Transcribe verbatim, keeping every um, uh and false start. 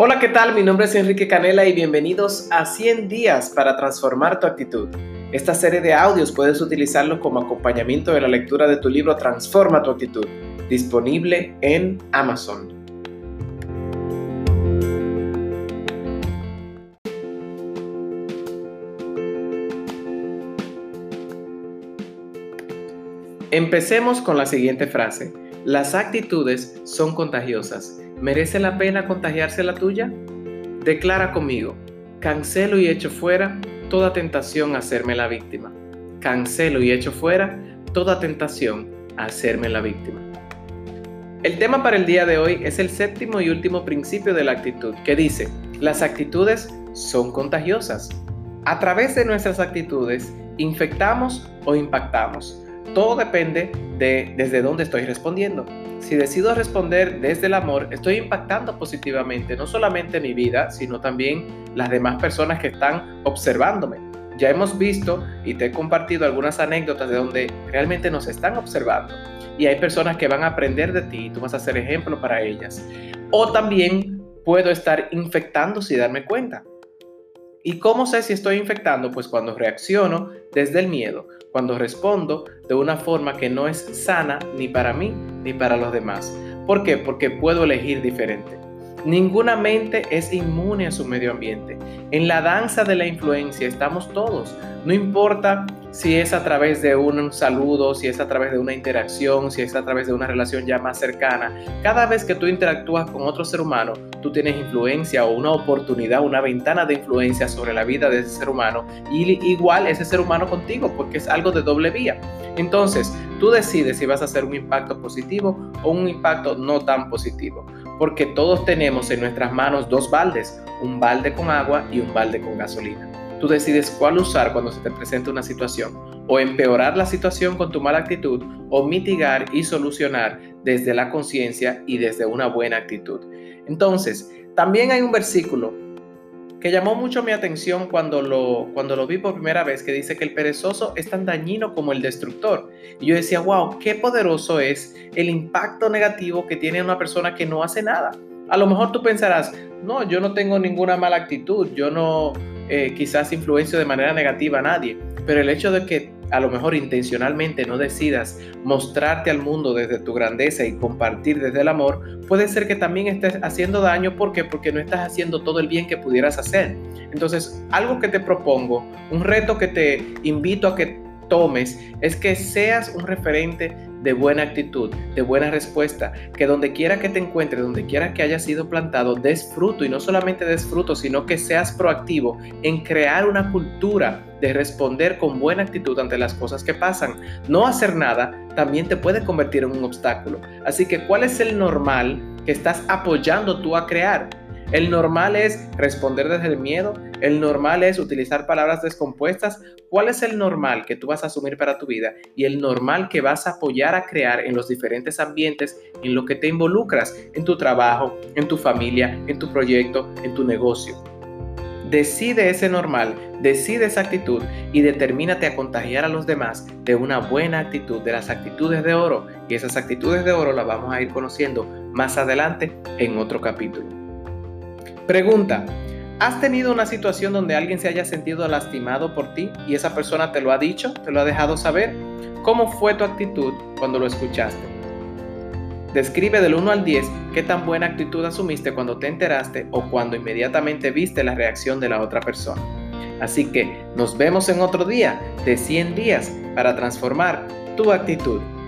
Hola, ¿qué tal? Mi nombre es Enrique Canela y bienvenidos a cien días para transformar tu actitud. Esta serie de audios puedes utilizarlo como acompañamiento de la lectura de tu libro Transforma tu actitud, disponible en Amazon. Empecemos con la siguiente frase. Las actitudes son contagiosas. ¿Merece la pena contagiarse la tuya? Declara conmigo: cancelo y echo fuera toda tentación a hacerme la víctima. Cancelo y echo fuera toda tentación a hacerme la víctima. El tema para el día de hoy es el séptimo y último principio de la actitud, que dice: las actitudes son contagiosas. A través de nuestras actitudes, infectamos o impactamos. Todo depende de desde dónde estoy respondiendo. Si decido responder desde el amor, estoy impactando positivamente no solamente mi vida, sino también las demás personas que están observándome. Ya hemos visto y te he compartido algunas anécdotas de donde realmente nos están observando. Y hay personas que van a aprender de ti y tú vas a ser ejemplo para ellas. O también puedo estar infectando sin darme cuenta. ¿Y cómo sé si estoy infectando? Pues cuando reacciono desde el miedo, cuando respondo de una forma que no es sana ni para mí ni para los demás. ¿Por qué? Porque puedo elegir diferente. Ninguna mente es inmune a su medio ambiente. En la danza de la influencia estamos todos. No importa si es a través de un saludo, si es a través de una interacción, si es a través de una relación ya más cercana. Cada vez que tú interactúas con otro ser humano, tú tienes influencia o una oportunidad, una ventana de influencia sobre la vida de ese ser humano y igual ese ser humano contigo, porque es algo de doble vía. Entonces, tú decides si vas a hacer un impacto positivo o un impacto no tan positivo, porque todos tenemos en nuestras manos dos baldes, un balde con agua y un balde con gasolina. Tú decides cuál usar cuando se te presente una situación, o empeorar la situación con tu mala actitud, o mitigar y solucionar desde la conciencia y desde una buena actitud. Entonces, también hay un versículo que llamó mucho mi atención cuando lo, cuando lo vi por primera vez, que dice que el perezoso es tan dañino como el destructor. Y yo decía, wow, qué poderoso es el impacto negativo que tiene una persona que no hace nada. A lo mejor tú pensarás, no, yo no tengo ninguna mala actitud, yo no eh, quizás influencio de manera negativa a nadie, pero el hecho de que a lo mejor intencionalmente no decidas mostrarte al mundo desde tu grandeza y compartir desde el amor, puede ser que también estés haciendo daño. ¿Por qué? Porque no estás haciendo todo el bien que pudieras hacer. Entonces, algo que te propongo, un reto que te invito a que tomes, es que seas un referente de buena actitud, de buena respuesta, que donde quiera que te encuentres, donde quiera que hayas sido plantado, des fruto, y no solamente des fruto, sino que seas proactivo en crear una cultura de responder con buena actitud ante las cosas que pasan. No hacer nada también te puede convertir en un obstáculo. Así que, ¿cuál es el normal que estás apoyando tú a crear? El normal es responder desde el miedo. El normal es utilizar palabras descompuestas. ¿Cuál es el normal que tú vas a asumir para tu vida? Y el normal que vas a apoyar a crear en los diferentes ambientes en los que te involucras, en tu trabajo, en tu familia, en tu proyecto, en tu negocio. Decide ese normal, decide esa actitud y determínate a contagiar a los demás de una buena actitud, de las actitudes de oro. Y esas actitudes de oro las vamos a ir conociendo más adelante en otro capítulo. Pregunta: ¿has tenido una situación donde alguien se haya sentido lastimado por ti y esa persona te lo ha dicho, te lo ha dejado saber? ¿Cómo fue tu actitud cuando lo escuchaste? Describe del uno al diez qué tan buena actitud asumiste cuando te enteraste o cuando inmediatamente viste la reacción de la otra persona. Así que nos vemos en otro día de cien días para transformar tu actitud.